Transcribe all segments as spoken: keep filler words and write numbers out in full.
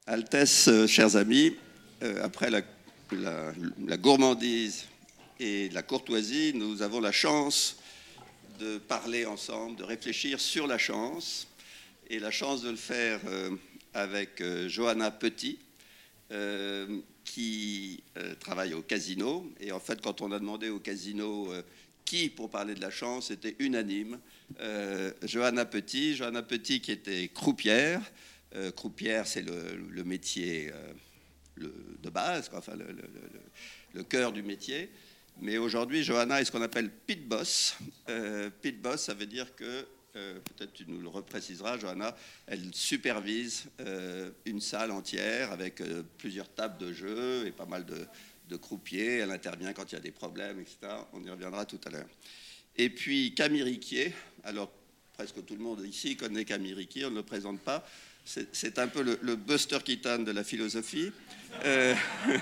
Altesse, euh, chers amis, euh, après la, la, la gourmandise et la courtoisie, nous avons la chance de parler ensemble, de réfléchir sur la chance, et la chance de le faire euh, avec euh, Johanna Petit, euh, qui euh, travaille au casino. Et en fait, quand on a demandé au casino euh, qui pour parler de la chance, c'était unanime. Euh, Johanna Petit, Johanna Petit qui était croupière. Euh, croupière, c'est le, le métier euh, le, de base, quoi, enfin le, le, le, le cœur du métier. Mais aujourd'hui, Johanna est ce qu'on appelle pit boss. Euh, pit boss, ça veut dire que, euh, peut-être tu nous le repréciseras, Johanna, elle supervise euh, une salle entière avec euh, plusieurs tables de jeu et pas mal de, de croupiers. Elle intervient quand il y a des problèmes, et cetera. On y reviendra tout à l'heure. Et puis Camille Riquier, alors presque tout le monde ici connaît Camille Riquier, on ne le présente pas. C'est, c'est un peu le, le Buster Keaton de la philosophie. Euh,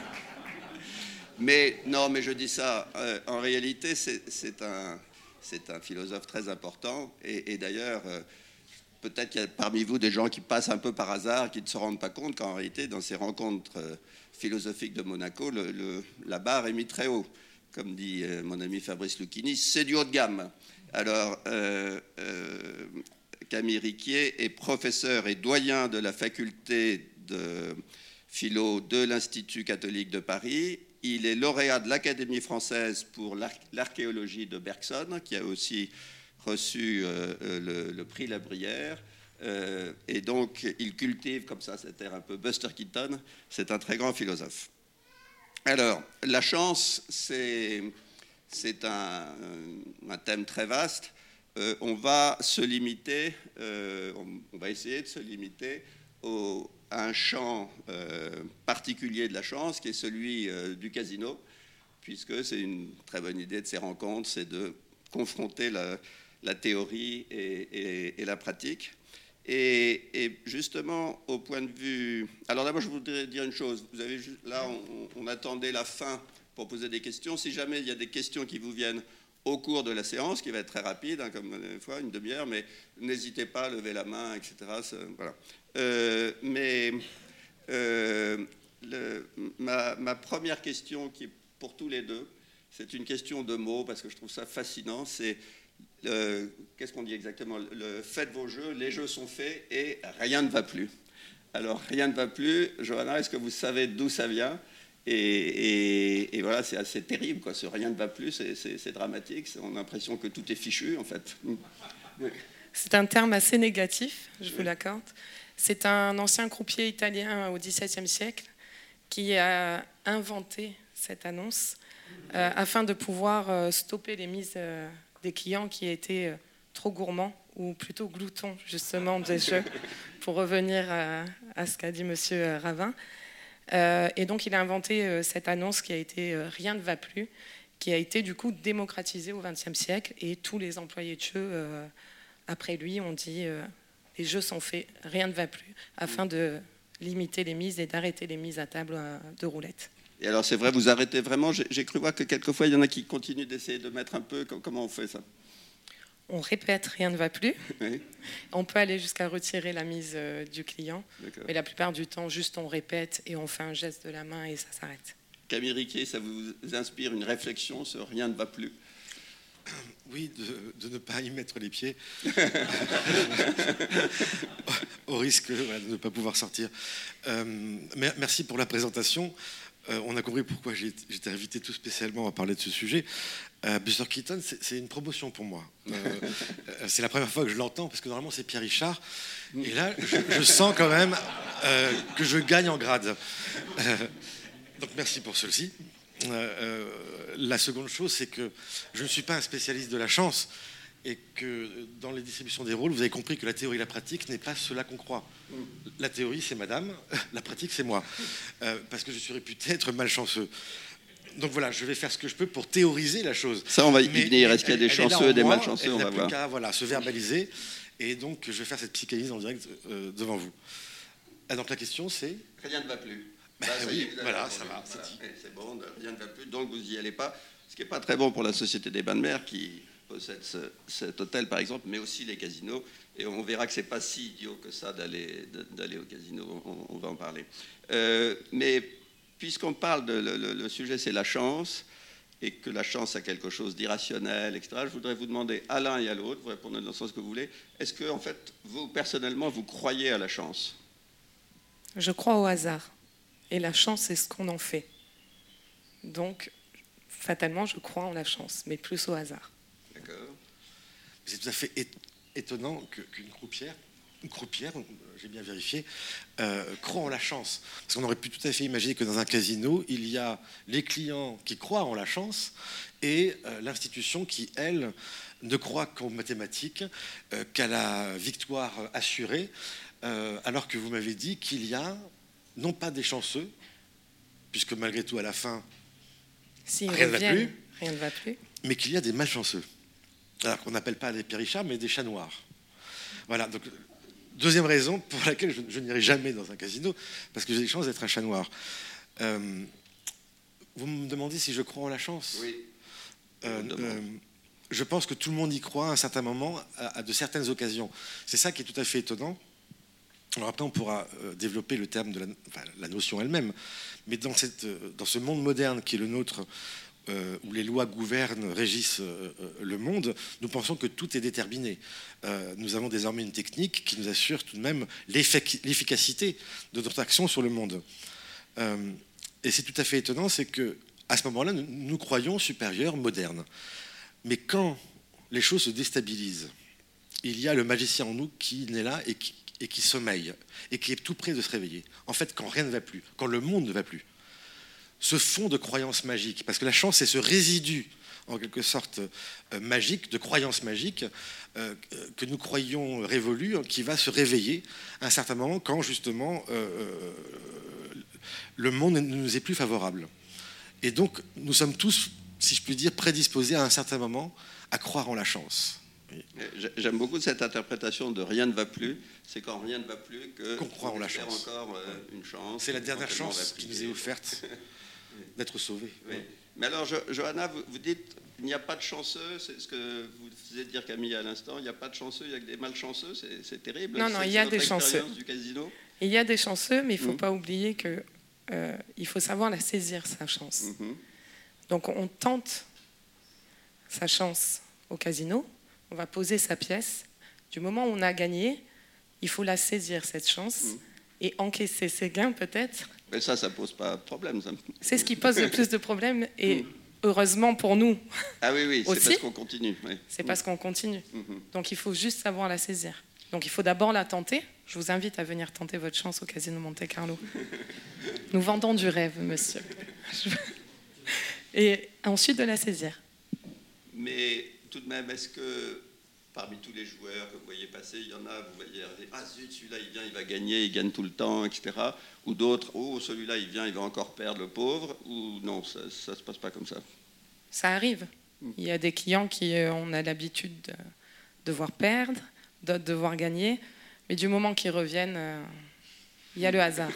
mais non, mais je dis ça, euh, en réalité, c'est, c'est, un, c'est un philosophe très important. Et, et d'ailleurs, euh, peut-être qu'il y a parmi vous des gens qui passent un peu par hasard, qui ne se rendent pas compte qu'en réalité, dans ces rencontres euh, philosophiques de Monaco, le, le, la barre est mise très haut. Comme dit euh, mon ami Fabrice Lucchini, c'est du haut de gamme. Alors, euh, euh, Camille Riquier est professeur et doyen de la faculté de philo de l'Institut catholique de Paris. Il est lauréat de l'Académie française pour l'archéologie de Bergson, qui a aussi reçu euh, le, le prix La Bruyère. Euh, et donc, il cultive, comme ça, cet air un peu Buster Keaton. C'est un très grand philosophe. Alors, la chance, c'est, c'est un, un thème très vaste. Euh, on va se limiter, euh, on, on va essayer de se limiter au, à un champ euh, particulier de la chance, qui est celui euh, du casino, puisque c'est une très bonne idée de ces rencontres, c'est de confronter la, la théorie et, et, et la pratique. Et, et justement, au point de vue... Alors d'abord, je voudrais dire une chose. Vous avez juste... Là, on, on attendait la fin pour poser des questions. Si jamais il y a des questions qui vous viennent au cours de la séance, qui va être très rapide, hein, comme une fois, une demi-heure, mais n'hésitez pas à lever la main, et cetera. Ça, voilà. Euh, mais euh, le, ma, ma première question, qui est pour tous les deux, c'est une question de mots, parce que je trouve ça fascinant, c'est... Euh, qu'est-ce qu'on dit exactement? Le, faites vos jeux, les jeux sont faits et rien ne va plus. Alors, rien ne va plus. Johanna, est-ce que vous savez d'où ça vient? et, et, et voilà, c'est assez terrible, quoi. Ce rien ne va plus, c'est, c'est, c'est dramatique. On a l'impression que tout est fichu, en fait. Oui. C'est un terme assez négatif, je vous l'accorde. C'est un ancien croupier italien au dix-septième siècle qui a inventé cette annonce euh, afin de pouvoir euh, stopper les mises... Euh, des clients qui étaient trop gourmands ou plutôt gloutons justement des jeux, pour revenir à, à ce qu'a dit Monsieur Ravin. Euh, et donc il a inventé euh, cette annonce qui a été euh, « Rien ne va plus », qui a été du coup démocratisée au vingtième siècle, et tous les employés de jeu euh, après lui ont dit euh, « Les jeux sont faits, rien ne va plus », afin de limiter les mises et d'arrêter les mises à table euh, de roulette. Et alors, c'est vrai, vous arrêtez vraiment. J'ai, j'ai cru voir que quelquefois, il y en a qui continuent d'essayer de mettre un peu. Comment on fait ça? On répète, rien ne va plus. Oui. On peut aller jusqu'à retirer la mise euh, du client. D'accord. Mais la plupart du temps, juste on répète et on fait un geste de la main et ça s'arrête. Camille Riquier, ça vous inspire une réflexion sur rien ne va plus? Oui, de, de ne pas y mettre les pieds, au risque voilà, de ne pas pouvoir sortir. Euh, merci pour la présentation. Euh, on a compris pourquoi j'ai, j'étais invité tout spécialement à parler de ce sujet. Euh, Buster Keaton, c'est, c'est une promotion pour moi. Euh, c'est la première fois que je l'entends, parce que normalement c'est Pierre Richard. Et là, je, je sens quand même euh, que je gagne en grade. Euh, donc merci pour ceci. Euh, euh, la seconde chose, c'est que je ne suis pas un spécialiste de la chance, et que dans les distributions des rôles, vous avez compris que la théorie et la pratique n'est pas cela qu'on croit. La théorie, c'est madame, la pratique, c'est moi. Euh, parce que je suis réputé être malchanceux. Donc voilà, je vais faire ce que je peux pour théoriser la chose. Ça, on va y venir. Est-ce qu'il y a des chanceux et des moi, malchanceux? Elle on n'a va plus voir. qu'à voilà, se verbaliser. Et donc, je vais faire cette psychanalyse en direct euh, devant vous. Ah, donc la question, c'est... Rien ne va plus. Bah, bah, ça oui, y est, voilà, ça va. Voilà. C'est bon, rien ne va plus, donc vous n'y allez pas. Ce qui n'est pas très bon pour la Société des bains de mer, qui pose possède ce, cet hôtel, par exemple, mais aussi les casinos. Et on verra que ce n'est pas si idiot que ça d'aller, d'aller au casino. On, on va en parler. Euh, mais puisqu'on parle de... Le, le, le sujet, c'est la chance, et que la chance a quelque chose d'irrationnel, et cetera, je voudrais vous demander à l'un et à l'autre, vous répondez dans le sens que vous voulez, est-ce que, en fait, vous, personnellement, vous croyez à la chance? Je crois au hasard. Et la chance, c'est ce qu'on en fait. Donc, fatalement, je crois en la chance, mais plus au hasard. D'accord. C'est tout à fait étonnant qu'une croupière, une croupière, j'ai bien vérifié, euh, croit en la chance. Parce qu'on aurait pu tout à fait imaginer que dans un casino, il y a les clients qui croient en la chance et euh, l'institution qui, elle, ne croit qu'aux mathématiques, euh, qu'à la victoire assurée, euh, alors que vous m'avez dit qu'il y a, non pas des chanceux, puisque malgré tout, à la fin, si rien, ne va plus, rien ne va plus, mais qu'il y a des malchanceux. Alors qu'on n'appelle pas des périchards, mais des chats noirs. Voilà, donc deuxième raison pour laquelle je, je n'irai jamais dans un casino, parce que j'ai des chances d'être un chat noir. Euh, vous me demandez si je crois en la chance? Oui. Euh, euh, je pense que tout le monde y croit à un certain moment, à, à de certaines occasions. C'est ça qui est tout à fait étonnant. Alors après, on pourra euh, développer le terme de la, enfin, la notion elle-même, mais dans, cette, euh, dans ce monde moderne qui est le nôtre, Euh, où les lois gouvernent, régissent euh, le monde, nous pensons que tout est déterminé. Euh, nous avons désormais une technique qui nous assure tout de même l'efficacité de notre action sur le monde. Euh, et c'est tout à fait étonnant, c'est qu'à ce moment-là, nous, nous croyons supérieurs, modernes. Mais quand les choses se déstabilisent, il y a le magicien en nous qui naît là et qui, et qui sommeille, et qui est tout près de se réveiller. En fait, quand rien ne va plus, quand le monde ne va plus, ce fond de croyances magiques, parce que la chance, c'est ce résidu, en quelque sorte, euh, magique, de croyances magiques, euh, que nous croyons révolu, qui va se réveiller à un certain moment, quand, justement, euh, le monde ne nous est plus favorable. Et donc, nous sommes tous, si je puis dire, prédisposés à un certain moment à croire en la chance. J'aime beaucoup cette interprétation de rien ne va plus. C'est quand rien ne va plus que qu'on croit en la chance. Encore euh, une chance. C'est la dernière chance qui nous est offerte d'être sauvés. Oui. Mais alors, jo Johanna, vous, vous dites il n'y a pas de chanceux. C'est ce que vous faisiez dire, Camille, à l'instant. Il n'y a pas de chanceux, il n'y a que des malchanceux. C'est terrible. Non, non, il y a des chanceux. Du casino. Il y a des chanceux, mais il ne faut mmh. pas oublier qu'il euh, faut savoir la saisir, sa chance. Mmh. Donc, on tente sa chance au casino. On va poser sa pièce. Du moment où on a gagné, il faut la saisir, cette chance, mmh. et encaisser ses gains, peut-être. Mais ça, ça ne pose pas de problème. C'est ce qui pose le plus de problèmes, et mmh. heureusement pour nous. Ah oui, oui, c'est parce qu'on continue. Oui. C'est mmh. parce qu'on continue. Mmh. Donc il faut juste savoir la saisir. Donc il faut d'abord la tenter. Je vous invite à venir tenter votre chance au Casino Monte Carlo. Nous vendons du rêve, monsieur. Et ensuite de la saisir. Mais tout de même, est-ce que parmi tous les joueurs que vous voyez passer, il y en a, vous voyez, ah zut, celui-là il vient, il va gagner, il gagne tout le temps, et cetera. Ou d'autres, oh celui-là il vient, il va encore perdre, le pauvre. Ou non, ça ne se passe pas comme ça. Ça arrive. Il y a des clients qui euh, on a l'habitude de, de voir perdre, d'autres de voir gagner, mais du moment qu'ils reviennent, euh, il y a le hasard.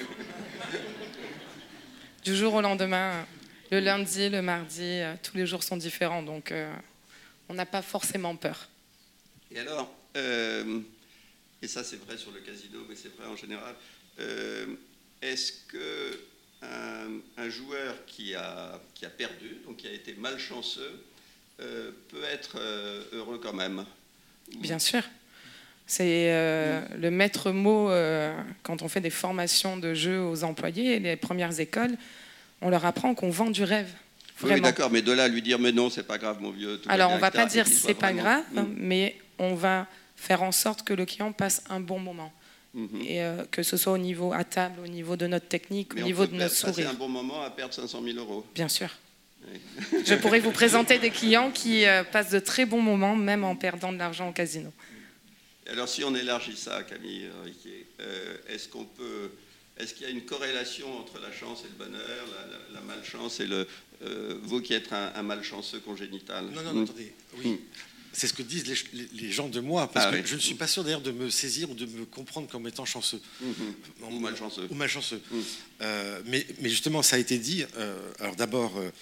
Du jour au lendemain, le lundi, le mardi, euh, tous les jours sont différents, donc euh, on n'a pas forcément peur. Et alors, euh, et ça c'est vrai sur le casino, mais c'est vrai en général, euh, est-ce qu'un un joueur qui a, qui a perdu, donc qui a été malchanceux, euh, peut être euh, heureux quand même? Bien sûr. C'est euh, mmh. le maître mot euh, quand on fait des formations de jeu aux employés, les premières écoles, on leur apprend qu'on vend du rêve. Vraiment. Oui, d'accord, mais de là à lui dire mais non, c'est pas grave, mon vieux. Tout Alors, bien, on va et cetera, pas dire c'est pas vraiment... grave, mmh. mais on va faire en sorte que le client passe un bon moment. Mmh. Et euh, que ce soit au niveau à table, au niveau de notre technique, mais au niveau de notre sourire. C'est un bon moment à perdre cinq cent mille euros. Bien sûr. Oui. Je pourrais vous présenter des clients qui euh, passent de très bons moments, même en perdant de l'argent au casino. Alors, si on élargit ça, Camille Riquet, euh, est-ce qu'on peut, est-ce qu'il y a une corrélation entre la chance et le bonheur, la, la, la malchance et le, euh, vous qui êtes un, un malchanceux congénital? Non, non, non, mmh. attendez. Oui. Mmh. C'est ce que disent les, les, les gens de moi, parce ah, que oui. je ne suis pas sûr d'ailleurs de me saisir ou de me comprendre comme étant chanceux. Mmh. Ou malchanceux. Ou malchanceux. Mmh. Euh, mais, mais justement, ça a été dit. Euh, alors d'abord, euh,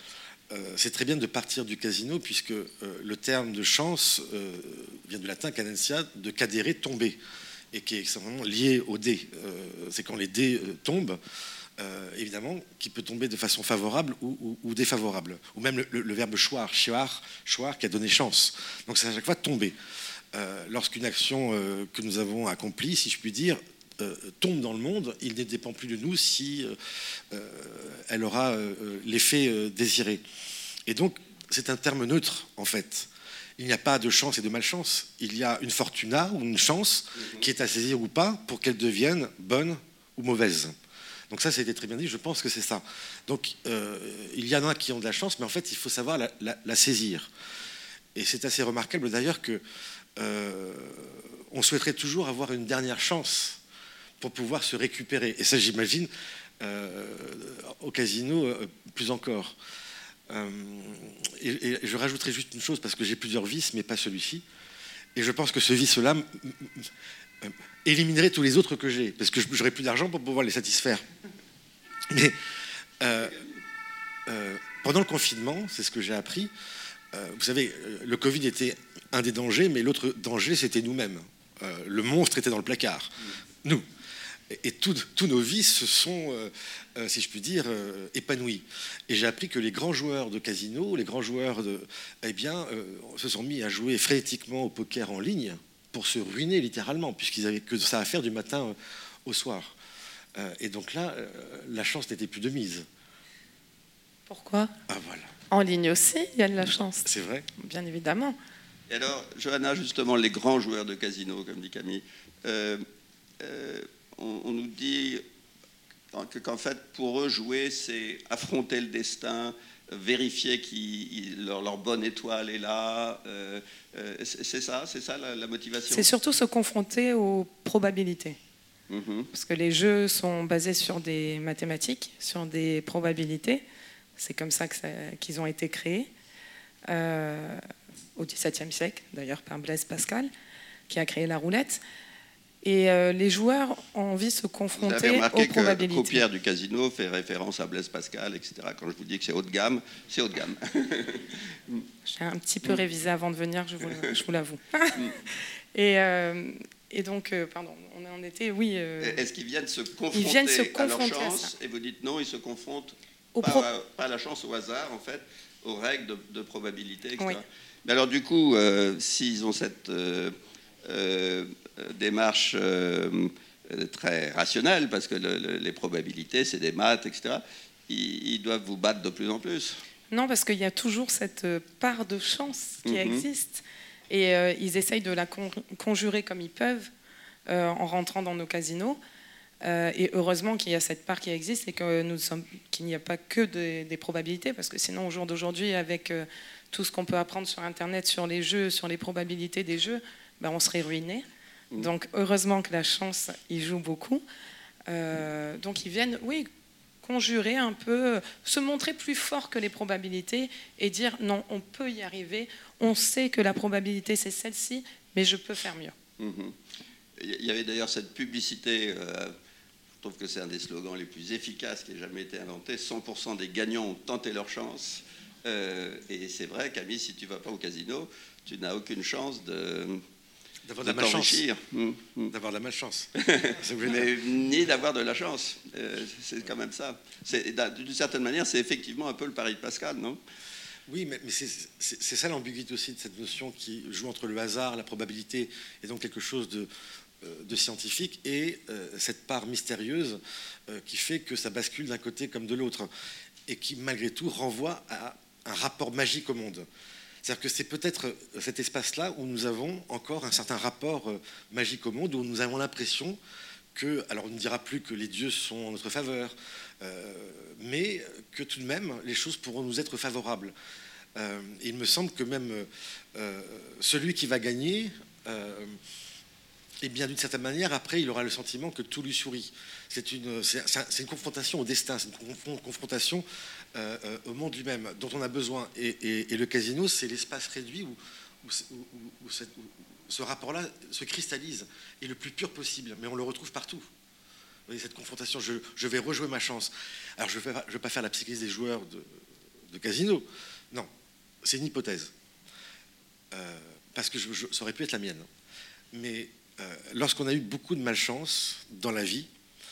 euh, c'est très bien de partir du casino, puisque euh, le terme de chance euh, vient du latin cadentia, de cadere, tomber, et qui est extrêmement lié aux dés. Euh, c'est quand les dés euh, tombent, euh, évidemment, qui peut tomber de façon favorable ou, ou, ou défavorable. Ou même le, le, le verbe choir, choir, choir, qui a donné chance. Donc c'est à chaque fois tomber. Euh, lorsqu'une action euh, que nous avons accomplie, si je puis dire, euh, tombe dans le monde, il ne dépend plus de nous si euh, elle aura euh, l'effet euh, désiré. Et donc, c'est un terme neutre, en fait. Il n'y a pas de chance et de malchance. Il y a une fortuna ou une chance mm-hmm. qui est à saisir ou pas pour qu'elle devienne bonne ou mauvaise. Donc ça, ça a été très bien dit, je pense que c'est ça. Donc, euh, il y en a qui ont de la chance, mais en fait, il faut savoir la, la, la saisir. Et c'est assez remarquable, d'ailleurs, que euh, on souhaiterait toujours avoir une dernière chance pour pouvoir se récupérer. Et ça, j'imagine, euh, au casino, euh, plus encore. Euh, et, et je rajouterai juste une chose, parce que j'ai plusieurs vices, mais pas celui-ci. Et je pense que ce vice-là m- m- éliminerait tous les autres que j'ai, parce que j'aurais plus d'argent pour pouvoir les satisfaire. Mais euh, euh, pendant le confinement, c'est ce que j'ai appris, euh, vous savez, le Covid était un des dangers, mais l'autre danger, c'était nous-mêmes. Euh, le monstre était dans le placard, nous. Et tous nos vies se sont, euh, euh, si je puis dire, euh, épanouis. Et j'ai appris que les grands joueurs de casino, les grands joueurs de, eh bien, euh, se sont mis à jouer frénétiquement au poker en ligne pour se ruiner littéralement, puisqu'ils avaient que ça à faire du matin euh, au soir. Euh, et donc là, euh, la chance n'était plus de mise. Pourquoi ? Ah voilà. En ligne aussi, il y a de la chance. C'est vrai. Bien évidemment. Et alors, Johanna, justement, les grands joueurs de casino, comme dit Camille, euh, euh, on, on nous dit que, qu'en fait, pour eux, jouer, c'est affronter le destin, vérifier que leur, leur bonne étoile est là. Euh, euh, c'est ça, c'est ça la, la motivation. C'est surtout se confronter aux probabilités. Mm-hmm. Parce que les jeux sont basés sur des mathématiques, sur des probabilités. C'est comme ça, que ça qu'ils ont été créés. Euh, au dix-septième siècle, d'ailleurs, par Blaise Pascal, qui a créé la roulette. Et euh, les joueurs ont envie de se confronter aux probabilités. Vous avez remarqué que Croupière du casino fait référence à Blaise Pascal, et cetera. Quand je vous dis que c'est haut de gamme, c'est haut de gamme. J'ai un petit peu révisé avant de venir, je vous, je vous l'avoue. et, euh, et donc, euh, pardon, on en était, oui... Euh, Est-ce qu'ils viennent se confronter, ils viennent se confronter à leur chance à et vous dites non, ils se confrontent au pas, pro... à, pas à la chance, au hasard, en fait, aux règles de, de probabilité, et cetera. Oui. Mais alors, du coup, euh, s'ils ont cette... Euh, euh, démarche euh, très rationnelle, parce que le, le, les probabilités, c'est des maths, et cetera, ils, ils doivent vous battre de plus en plus. Non, parce qu'il y a toujours cette part de chance qui mm-hmm. existe. Et euh, ils essayent de la con- conjurer comme ils peuvent euh, en rentrant dans nos casinos. Euh, et heureusement qu'il y a cette part qui existe et que nous sommes, qu'il n'y a pas que des, des probabilités, parce que sinon, au jour d'aujourd'hui, avec euh, tout ce qu'on peut apprendre sur Internet, sur les jeux, sur les probabilités des jeux, ben, on serait ruiné. Donc, heureusement que la chance y joue beaucoup. Euh, donc, ils viennent, oui, conjurer un peu, se montrer plus fort que les probabilités et dire non, on peut y arriver. On sait que la probabilité, c'est celle-ci, mais je peux faire mieux. Mmh. Il y avait d'ailleurs cette publicité, euh, je trouve que c'est un des slogans les plus efficaces qui ait jamais été inventé. cent pour cent des gagnants ont tenté leur chance. Euh, et c'est vrai, Camille, si tu ne vas pas au casino, tu n'as aucune chance de... D'avoir de, de la malchance. Mmh, mmh. D'avoir de la malchance. Mais ni d'avoir de la chance. Euh, c'est quand même ça. C'est, d'une certaine manière, c'est effectivement un peu le pari de Pascal, non ? Oui, mais, mais c'est, c'est, c'est ça l'ambiguïté aussi de cette notion qui joue entre le hasard, la probabilité, et donc quelque chose de, de scientifique, et euh, cette part mystérieuse euh, qui fait que ça bascule d'un côté comme de l'autre, et qui, malgré tout, renvoie à un rapport magique au monde. C'est-à-dire que c'est peut-être cet espace-là où nous avons encore un certain rapport magique au monde, où nous avons l'impression que, alors on ne dira plus que les dieux sont en notre faveur, euh, mais que tout de même, les choses pourront nous être favorables. Euh, il me semble que même euh, celui qui va gagner, euh, eh bien, d'une certaine manière, après, il aura le sentiment que tout lui sourit. C'est une, c'est, c'est une confrontation au destin, c'est une confrontation euh, euh, au monde lui-même, dont on a besoin. Et, et, et le casino, c'est l'espace réduit où, où, où, où, cette, où ce rapport-là se cristallise, et le plus pur possible. Mais on le retrouve partout. Vous voyez, cette confrontation, je, je vais rejouer ma chance. Alors, je ne vais, vais pas faire la psychanalyse des joueurs de, de casino. Non, c'est une hypothèse. Euh, parce que je, je, ça aurait pu être la mienne. Mais euh, lorsqu'on a eu beaucoup de malchance dans la vie,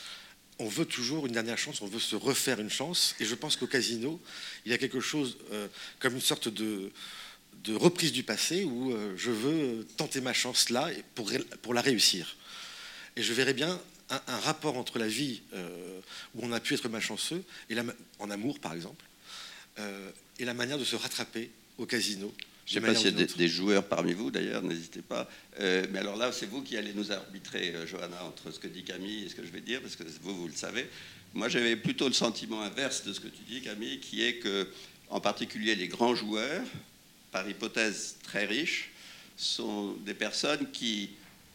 on veut toujours une dernière chance, on veut se refaire une chance. Et je pense qu'au casino, il y a quelque chose euh, comme une sorte de, de reprise du passé où euh, je veux tenter ma chance là pour, pour la réussir. Et je verrais bien un, un rapport entre la vie euh, où on a pu être malchanceux, et la, en amour par exemple, euh, et la manière de se rattraper au casino. Je ne sais pas s'il y a des, des joueurs parmi vous, d'ailleurs, n'hésitez pas. Euh, mais alors là, c'est vous qui allez nous arbitrer, euh, Johanna, entre ce que dit Camille et ce que je vais dire, parce que vous, vous le savez. Moi, j'avais plutôt le sentiment inverse de ce que tu dis, Camille, qui est que, en particulier, les grands joueurs, par hypothèse très riches, sont des personnes qui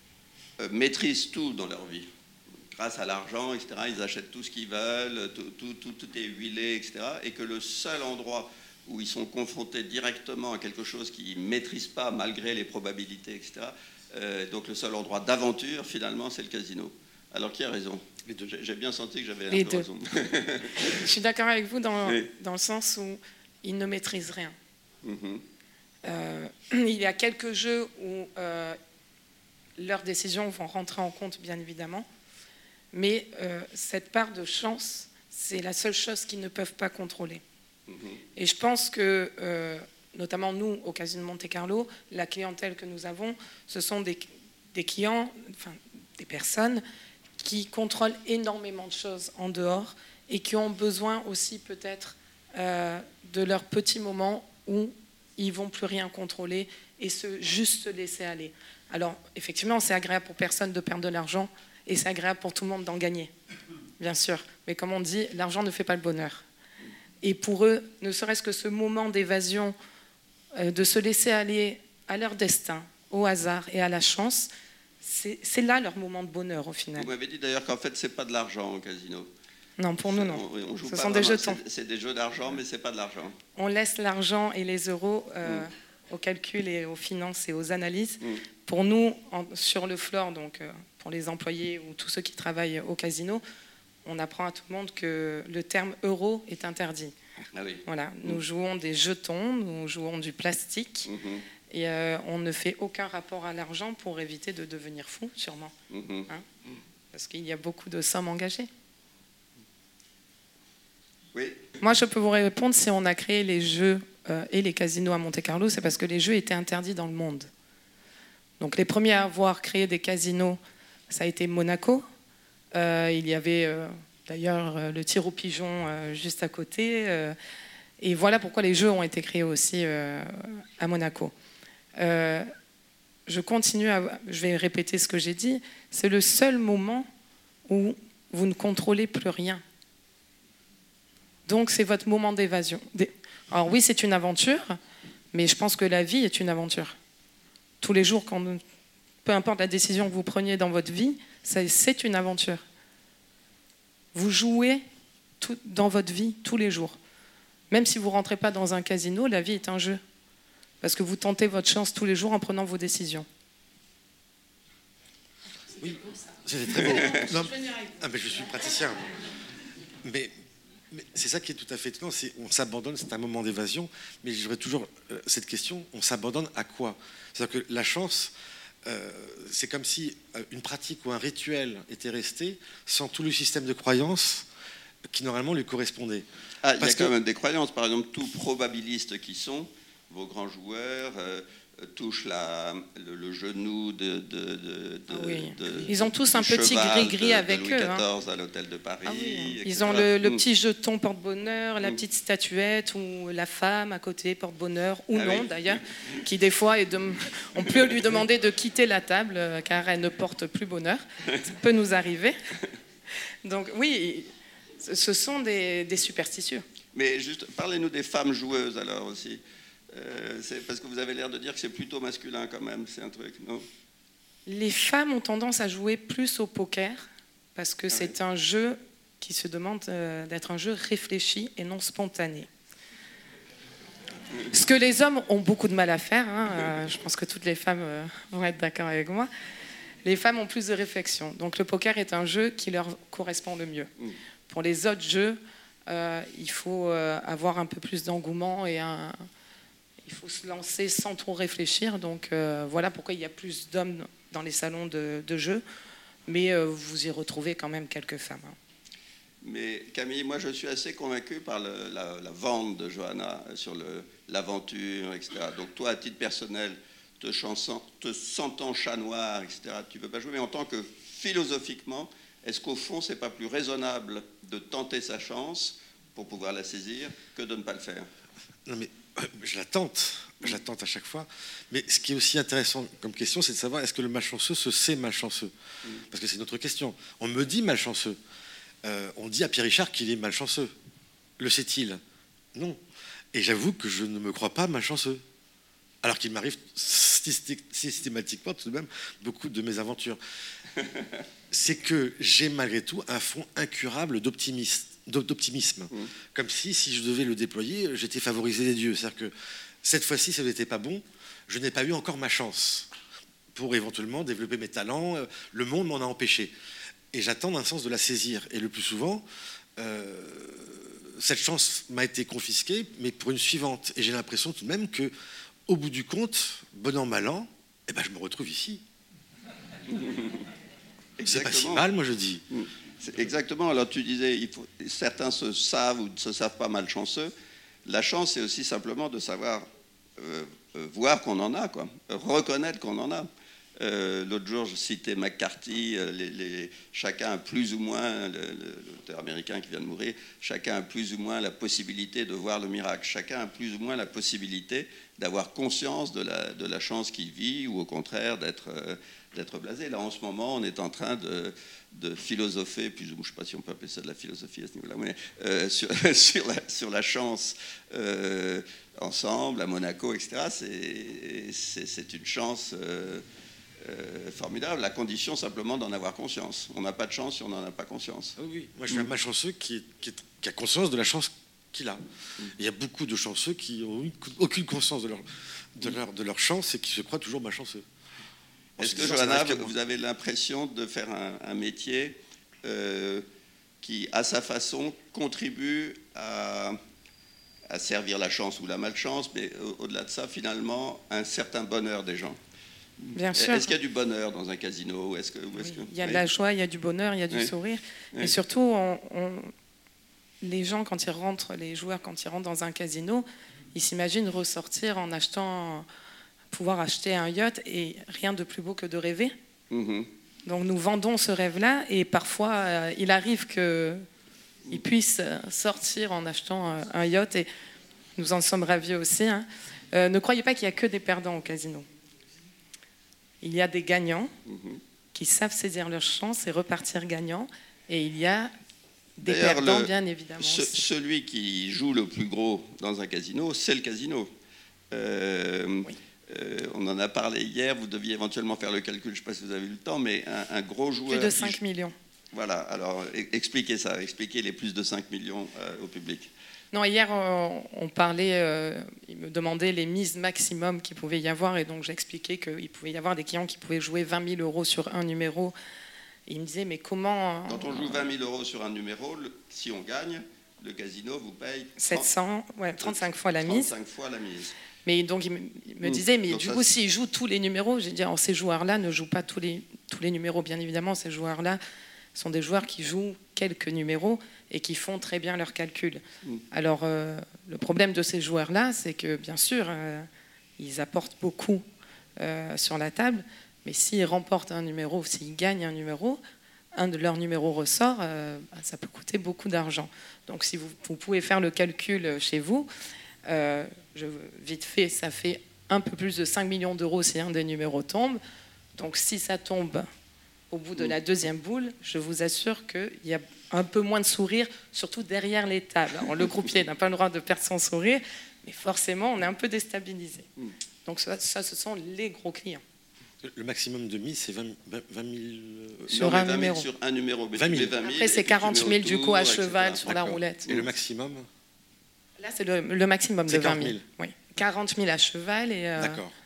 euh, maîtrisent tout dans leur vie. Grâce à l'argent, et cetera, ils achètent tout ce qu'ils veulent, tout, tout, tout, tout est huilé, et cetera. Et que le seul endroit où ils sont confrontés directement à quelque chose qu'ils ne maîtrisent pas malgré les probabilités, et cetera. Euh, donc le seul endroit d'aventure, finalement, c'est le casino. Alors qui a raison? Les deux. J'ai bien senti que j'avais un peu raison. Je suis d'accord avec vous dans, oui. dans le sens où ils ne maîtrisent rien. Mm-hmm. Euh, il y a quelques jeux où euh, leurs décisions vont rentrer en compte, bien évidemment, mais euh, cette part de chance, c'est la seule chose qu'ils ne peuvent pas contrôler. Et je pense que, euh, notamment nous, au Casino de Monte-Carlo, la clientèle que nous avons, ce sont des, des clients, enfin des personnes qui contrôlent énormément de choses en dehors et qui ont besoin aussi peut-être euh, de leur petit moment où ils ne vont plus rien contrôler et se, juste se laisser aller. Alors, effectivement, c'est agréable pour personne de perdre de l'argent et c'est agréable pour tout le monde d'en gagner, bien sûr. Mais comme on dit, l'argent ne fait pas le bonheur. Et pour eux, ne serait-ce que ce moment d'évasion, euh, de se laisser aller à leur destin, au hasard et à la chance, c'est, c'est là leur moment de bonheur au final. Vous m'avez dit d'ailleurs qu'en fait, c'est pas de l'argent au casino. Non, pour nous, non. On, on joue ce pas sont vraiment, des jetons. C'est, c'est des jeux d'argent, mais c'est pas de l'argent. On laisse l'argent et les euros euh, mmh. au calcul et aux finances et aux analyses. Mmh. Pour nous, en, sur le floor, donc euh, pour les employés ou tous ceux qui travaillent au casino, on apprend à tout le monde que le terme euro est interdit. Ah oui. Voilà, nous mmh. jouons des jetons, nous jouons du plastique, mmh. et euh, on ne fait aucun rapport à l'argent pour éviter de devenir fou, sûrement. Mmh. Hein, parce qu'il y a beaucoup de sommes engagées. Oui. Moi, je peux vous répondre, si on a créé les jeux euh, et les casinos à Monte-Carlo, c'est parce que les jeux étaient interdits dans le monde. Donc les premiers à avoir créé des casinos, ça a été Monaco. Euh, il y avait euh, d'ailleurs euh, le tir au pigeon euh, juste à côté. Euh, et voilà pourquoi les jeux ont été créés aussi euh, à Monaco. Euh, je continue à... Je vais répéter ce que j'ai dit. C'est le seul moment où vous ne contrôlez plus rien. Donc c'est votre moment d'évasion. Alors oui, c'est une aventure, mais je pense que la vie est une aventure. Tous les jours, quand... peu importe la décision que vous preniez dans votre vie, c'est une aventure. Vous jouez tout, dans votre vie tous les jours. Même si vous ne rentrez pas dans un casino, la vie est un jeu. Parce que vous tentez votre chance tous les jours en prenant vos décisions. Oui, c'est très beau. Non, ah, mais je suis praticien. Mais, mais c'est ça qui est tout à fait étonnant. C'est, on s'abandonne, c'est un moment d'évasion. Mais j'aurais toujours euh, cette question, on s'abandonne à quoi? C'est-à-dire que la chance... Euh, c'est comme si une pratique ou un rituel était resté sans tout le système de croyances qui normalement lui correspondait. Ah, il y a quand que... même des croyances. Par exemple, tous probabilistes qui sont, vos grands joueurs euh, touchent la, le, le genou de, de, de, ah oui. de Ils ont tous un petit gris-gris avec Louis eux. quatorze hein. À l'hôtel de Paris. Ah oui. Ils ont le, le petit jeton porte-bonheur, la petite statuette ou la femme à côté porte-bonheur ou ah non oui. d'ailleurs, qui des fois est de... on peut lui demander de quitter la table car elle ne porte plus bonheur. Ça peut nous arriver. Donc oui, ce sont des, des superstitieux. Mais juste, parlez-nous des femmes joueuses alors aussi. Euh, c'est parce que vous avez l'air de dire que c'est plutôt masculin quand même, c'est un truc, non? Les femmes ont tendance à jouer plus au poker parce que ah c'est oui. un jeu qui se demande euh, d'être un jeu réfléchi et non spontané. Ce que les hommes ont beaucoup de mal à faire, hein, euh, je pense que toutes les femmes euh, vont être d'accord avec moi. Les femmes ont plus de réflexion. Donc le poker est un jeu qui leur correspond le mieux. Mm. Pour les autres jeux, euh, il faut euh, avoir un peu plus d'engouement et un, il faut se lancer sans trop réfléchir. Donc euh, voilà pourquoi il y a plus d'hommes dans les salons de, de jeu, mais euh, vous y retrouvez quand même quelques femmes. Hein. Mais Camille, moi je suis assez convaincu par le, la, la vente de Johanna sur le, l'aventure, et cetera. Donc toi, à titre personnel, te, chansant, te sentant chat noir, et cetera, tu ne peux pas jouer, mais en tant que philosophiquement, est-ce qu'au fond, c'est pas plus raisonnable de tenter sa chance pour pouvoir la saisir que de ne pas le faire? Non mais je la tente, je la tente à chaque fois. Mais ce qui est aussi intéressant comme question, c'est de savoir est-ce que le malchanceux se sait malchanceux? Parce que c'est notre question. On me dit malchanceux. Euh, on dit à Pierre Richard qu'il est malchanceux. Le sait-il? Non. Et j'avoue que je ne me crois pas malchanceux. Alors qu'il m'arrive systématiquement tout de même beaucoup de mes aventures. C'est que j'ai malgré tout un fond incurable d'optimisme. d'optimisme. Mmh. Comme si, si je devais le déployer, j'étais favorisé des dieux. C'est-à-dire que cette fois-ci, ça n'était pas bon, je n'ai pas eu encore ma chance pour éventuellement développer mes talents. Le monde m'en a empêché. Et j'attends un sens de la saisir. Et le plus souvent, euh, cette chance m'a été confisquée, mais pour une suivante. Et j'ai l'impression tout de même que, au bout du compte, bon an, mal an, eh ben, je me retrouve ici. C'est pas si mal, moi je dis. Exactement. Alors tu disais, il faut, certains se savent ou ne se savent pas malchanceux. La chance, c'est aussi simplement de savoir euh, voir qu'on en a, quoi. Reconnaître qu'on en a. Euh, l'autre jour, je citais McCarthy, euh, les, les, chacun a plus ou moins, le, le, l'auteur américain qui vient de mourir, chacun a plus ou moins la possibilité de voir le miracle, chacun a plus ou moins la possibilité d'avoir conscience de la, de la chance qu'il vit, ou au contraire d'être, euh, d'être blasé. Là, en ce moment, on est en train de, de philosopher, plus ou moins, je ne sais pas si on peut appeler ça de la philosophie à ce niveau-là, mais euh, sur, sur, la, sur la chance euh, ensemble, à Monaco, et cetera. C'est, c'est, c'est une chance... Euh, Euh, formidable, la condition simplement d'en avoir conscience. On n'a pas de chance si on n'en a pas conscience. Ah oui, moi je suis un malchanceux qui, est, qui, est, qui a conscience de la chance qu'il a. Mm. Il y a beaucoup de chanceux qui n'ont aucune conscience de leur, de, leur, de leur chance et qui se croient toujours malchanceux. Est-ce que, Johanna, vous avez l'impression de faire un, un métier euh, qui, à sa façon, contribue à, à servir la chance ou la malchance, mais au, au-delà de ça, finalement, un certain bonheur des gens? Bien sûr. Est-ce qu'il y a du bonheur dans un casino? Est-ce que, est-ce que... Il y a de la joie, il y a du bonheur, il y a du oui. sourire. Oui. Et surtout, on, on, les gens, quand ils rentrent, les joueurs, quand ils rentrent dans un casino, ils s'imaginent ressortir en achetant, pouvoir acheter un yacht, et rien de plus beau que de rêver. Mm-hmm. Donc nous vendons ce rêve-là, et parfois, euh, il arrive qu'ils puissent sortir en achetant euh, un yacht, et nous en sommes ravis aussi. Hein. Euh, ne croyez pas qu'il n'y a que des perdants au casino. Il y a des gagnants mmh. qui savent saisir leur chance et repartir gagnants. Et il y a des D'ailleurs, perdants, le, bien évidemment. Ce, celui qui joue le plus gros dans un casino, c'est le casino. Euh, oui. euh, on en a parlé hier, vous deviez éventuellement faire le calcul, je ne sais pas si vous avez eu le temps, mais un, un gros joueur... Plus de cinq millions. Voilà, alors expliquez ça, expliquez les plus de cinq millions euh, au public. Non, hier, on, on parlait, euh, il me demandait les mises maximum qu'il pouvait y avoir, et donc j'expliquais qu'il pouvait y avoir des clients qui pouvaient jouer vingt mille euros sur un numéro. Et il me disait, mais comment... Quand on joue vingt mille euros sur un numéro, le, si on gagne, le casino vous paye... sept cents, ouais, trente-cinq fois la mise. trente-cinq fois la mise. Mais donc il me, il me disait, mais donc du coup, c'est... s'ils jouent tous les numéros, j'ai dit, oh, ces joueurs-là ne jouent pas tous les, tous les numéros, bien évidemment, ces joueurs-là sont des joueurs qui jouent quelques numéros et qui font très bien leurs calculs. Mm. Alors, euh, le problème de ces joueurs-là, c'est que, bien sûr, euh, ils apportent beaucoup euh, sur la table, mais s'ils remportent un numéro, s'ils gagnent un numéro, un de leurs numéros ressort, euh, ça peut coûter beaucoup d'argent. Donc, si vous, vous pouvez faire le calcul chez vous, euh, je, vite fait, ça fait un peu plus de cinq millions d'euros si un des numéros tombe. Donc, si ça tombe au bout de la deuxième boule, je vous assure qu'il y a un peu moins de sourire, surtout derrière les tables. Alors, le croupier n'a pas le droit de perdre son sourire, mais forcément, on est un peu déstabilisé. Donc ça, ça ce sont les gros clients. Le maximum de mise, c'est vingt mille sur, un numéro. sur un numéro. vingt mille. Après, c'est quarante mille du coup à cheval sur D'accord. la roulette. Et le maximum? Là, c'est le, le maximum c'est de vingt mille. Oui. quarante mille à cheval. Et, euh, D'accord.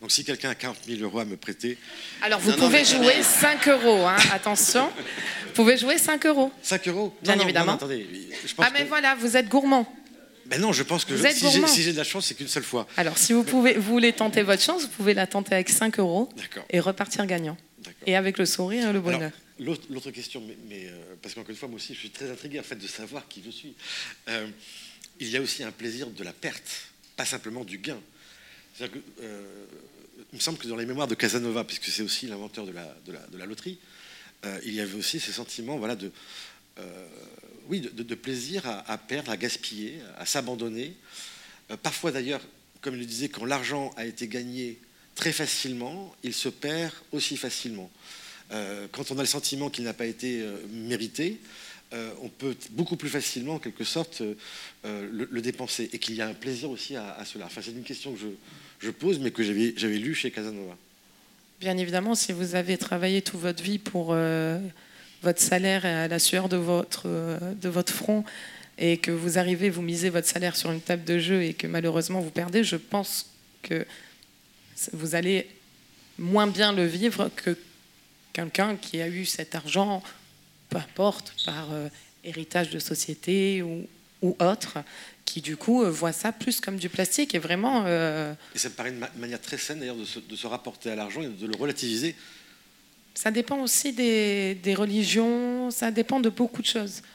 Donc si quelqu'un a quarante mille euros à me prêter... Alors vous non, pouvez non, jouer mais... cinq euros, hein, attention. Vous pouvez jouer cinq euros. cinq euros Bien non, non, évidemment. Non, attendez, je pense ah mais que... voilà, vous êtes gourmand. Ben non, je pense que je... si, j'ai, si j'ai de la chance, c'est qu'une seule fois. Alors si vous, pouvez, vous voulez tenter votre chance, vous pouvez la tenter avec cinq euros et repartir gagnant. D'accord. Et avec le sourire et le bonheur. Alors, l'autre, l'autre question, mais, mais euh, parce qu'encore une fois, moi aussi, je suis très intrigué en fait, de savoir qui je suis. Euh, il y a aussi un plaisir de la perte, pas simplement du gain. C'est-à-dire que, euh, il me semble que dans les mémoires de Casanova, puisque c'est aussi l'inventeur de la, de la, de la loterie, euh, il y avait aussi ce sentiment voilà, de, euh, oui, de, de plaisir à, à perdre, à gaspiller, à s'abandonner. Euh, parfois d'ailleurs, comme je le disais, quand l'argent a été gagné très facilement, il se perd aussi facilement. Euh, quand on a le sentiment qu'il n'a pas été euh, mérité, euh, on peut beaucoup plus facilement, en quelque sorte, euh, le, le dépenser. Et qu'il y a un plaisir aussi à, à cela. Enfin, c'est une question que je, je pose, mais que j'avais, j'avais lue chez Casanova. Bien évidemment, si vous avez travaillé toute votre vie pour euh, votre salaire et à la sueur de votre, euh, de votre front, et que vous arrivez, vous misez votre salaire sur une table de jeu et que malheureusement vous perdez, je pense que vous allez moins bien le vivre que quelqu'un qui a eu cet argent, peu importe, par euh, héritage de société ou, ou autre, qui du coup euh, voit ça plus comme du plastique et vraiment... Euh, et ça me paraît une ma- manière très saine d'ailleurs de se, de se rapporter à l'argent et de le relativiser. Ça dépend aussi des, des religions, ça dépend de beaucoup de choses.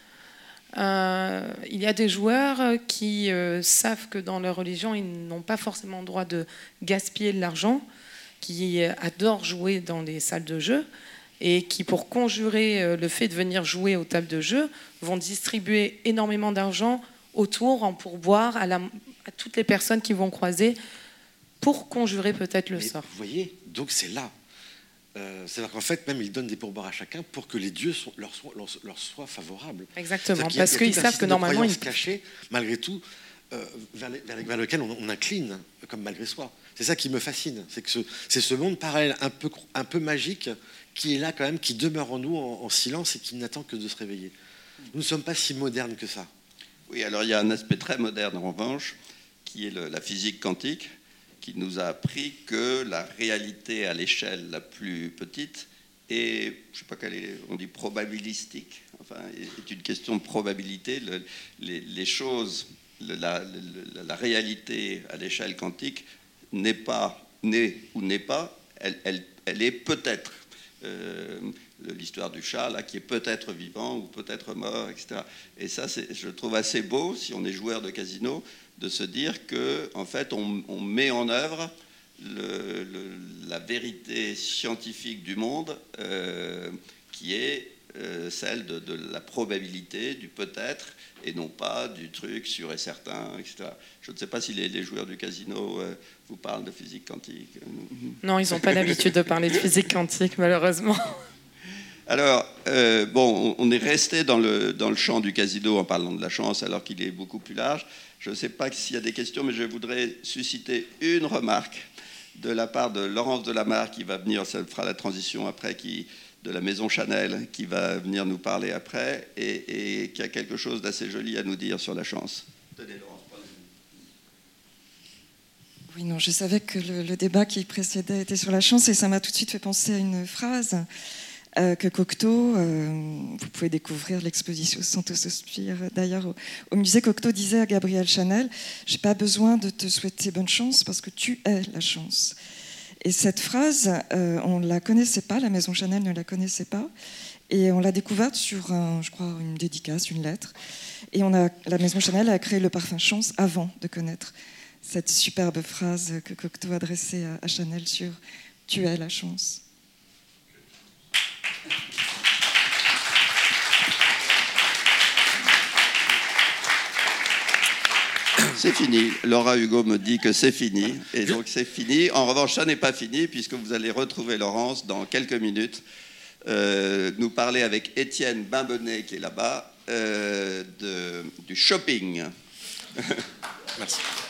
Euh, il y a des joueurs qui euh, savent que dans leur religion, ils n'ont pas forcément le droit de gaspiller de l'argent, qui adorent jouer dans les salles de jeu et qui, pour conjurer le fait de venir jouer aux tables de jeu, vont distribuer énormément d'argent autour en pourboire à, la, à toutes les personnes qui vont croiser pour conjurer peut-être le Mais sort. Vous voyez, donc c'est là. Euh, c'est-à-dire qu'en fait, même ils donnent des pourboires à chacun pour que les dieux sont, leur, soient, leur, leur soient favorables. Exactement, qu'il y a, parce qu'ils savent que normalement... Ils ils cachés, malgré tout, euh, vers, les, vers, les, vers lequel on, on incline, comme malgré soi. C'est ça qui me fascine. C'est, que ce, c'est ce monde parallèle un peu, un peu magique qui est là quand même, qui demeure en nous en, en silence et qui n'attend que de se réveiller. Nous ne sommes pas si modernes que ça. Oui, alors il y a un aspect très moderne en revanche, qui est le, la physique quantique, qui nous a appris que la réalité à l'échelle la plus petite est, je ne sais pas quelle est, on dit probabilistique, enfin, est une question de probabilité. Le, les, les choses, le, la, la, la réalité à l'échelle quantique n'est pas, n'est ou n'est pas, elle, elle, elle est peut-être. Euh, l'histoire du chat là, qui est peut-être vivant ou peut-être mort, et cetera. Et ça, c'est, je trouve assez beau, si on est joueur de casino, de se dire que, en fait, on, on met en œuvre le, le, la vérité scientifique du monde, euh, qui est euh, celle de, de la probabilité, du peut-être, et non pas du truc sûr et certain, et cetera. Je ne sais pas si les, les joueurs du casino euh, vous parlent de physique quantique. Non, ils n'ont pas l'habitude de parler de physique quantique, malheureusement. Alors, euh, bon, on est resté dans le, dans le champ du casino en parlant de la chance, alors qu'il est beaucoup plus large. Je ne sais pas s'il y a des questions, mais je voudrais susciter une remarque de la part de Laurence Delamarre, qui va venir, ça fera la transition après, qui, de la maison Chanel, qui va venir nous parler après, et, et qui a quelque chose d'assez joli à nous dire sur la chance. Tenez, Laurence. Oui, non, je savais que le, le débat qui précédait était sur la chance, et ça m'a tout de suite fait penser à une phrase euh, que Cocteau, euh, vous pouvez découvrir l'exposition Saint-Exupéry d'ailleurs au, au musée. Cocteau disait à Gabrielle Chanel: j'ai pas besoin de te souhaiter bonne chance parce que tu es la chance. Et cette phrase, euh, on ne la connaissait pas, la maison Chanel ne la connaissait pas, et on l'a découverte sur, un, je crois, une dédicace, une lettre. Et on a, la maison Chanel a créé le parfum Chance avant de connaître cette superbe phrase que Cocteau adressait à, à Chanel sur « Tu es la chance ». C'est fini. Laura Hugo me dit que c'est fini. Et donc c'est fini. En revanche, ça n'est pas fini, puisque vous allez retrouver Laurence dans quelques minutes, euh, nous parler avec Étienne Bimbonnet, qui est là-bas, euh, de, du shopping. Merci.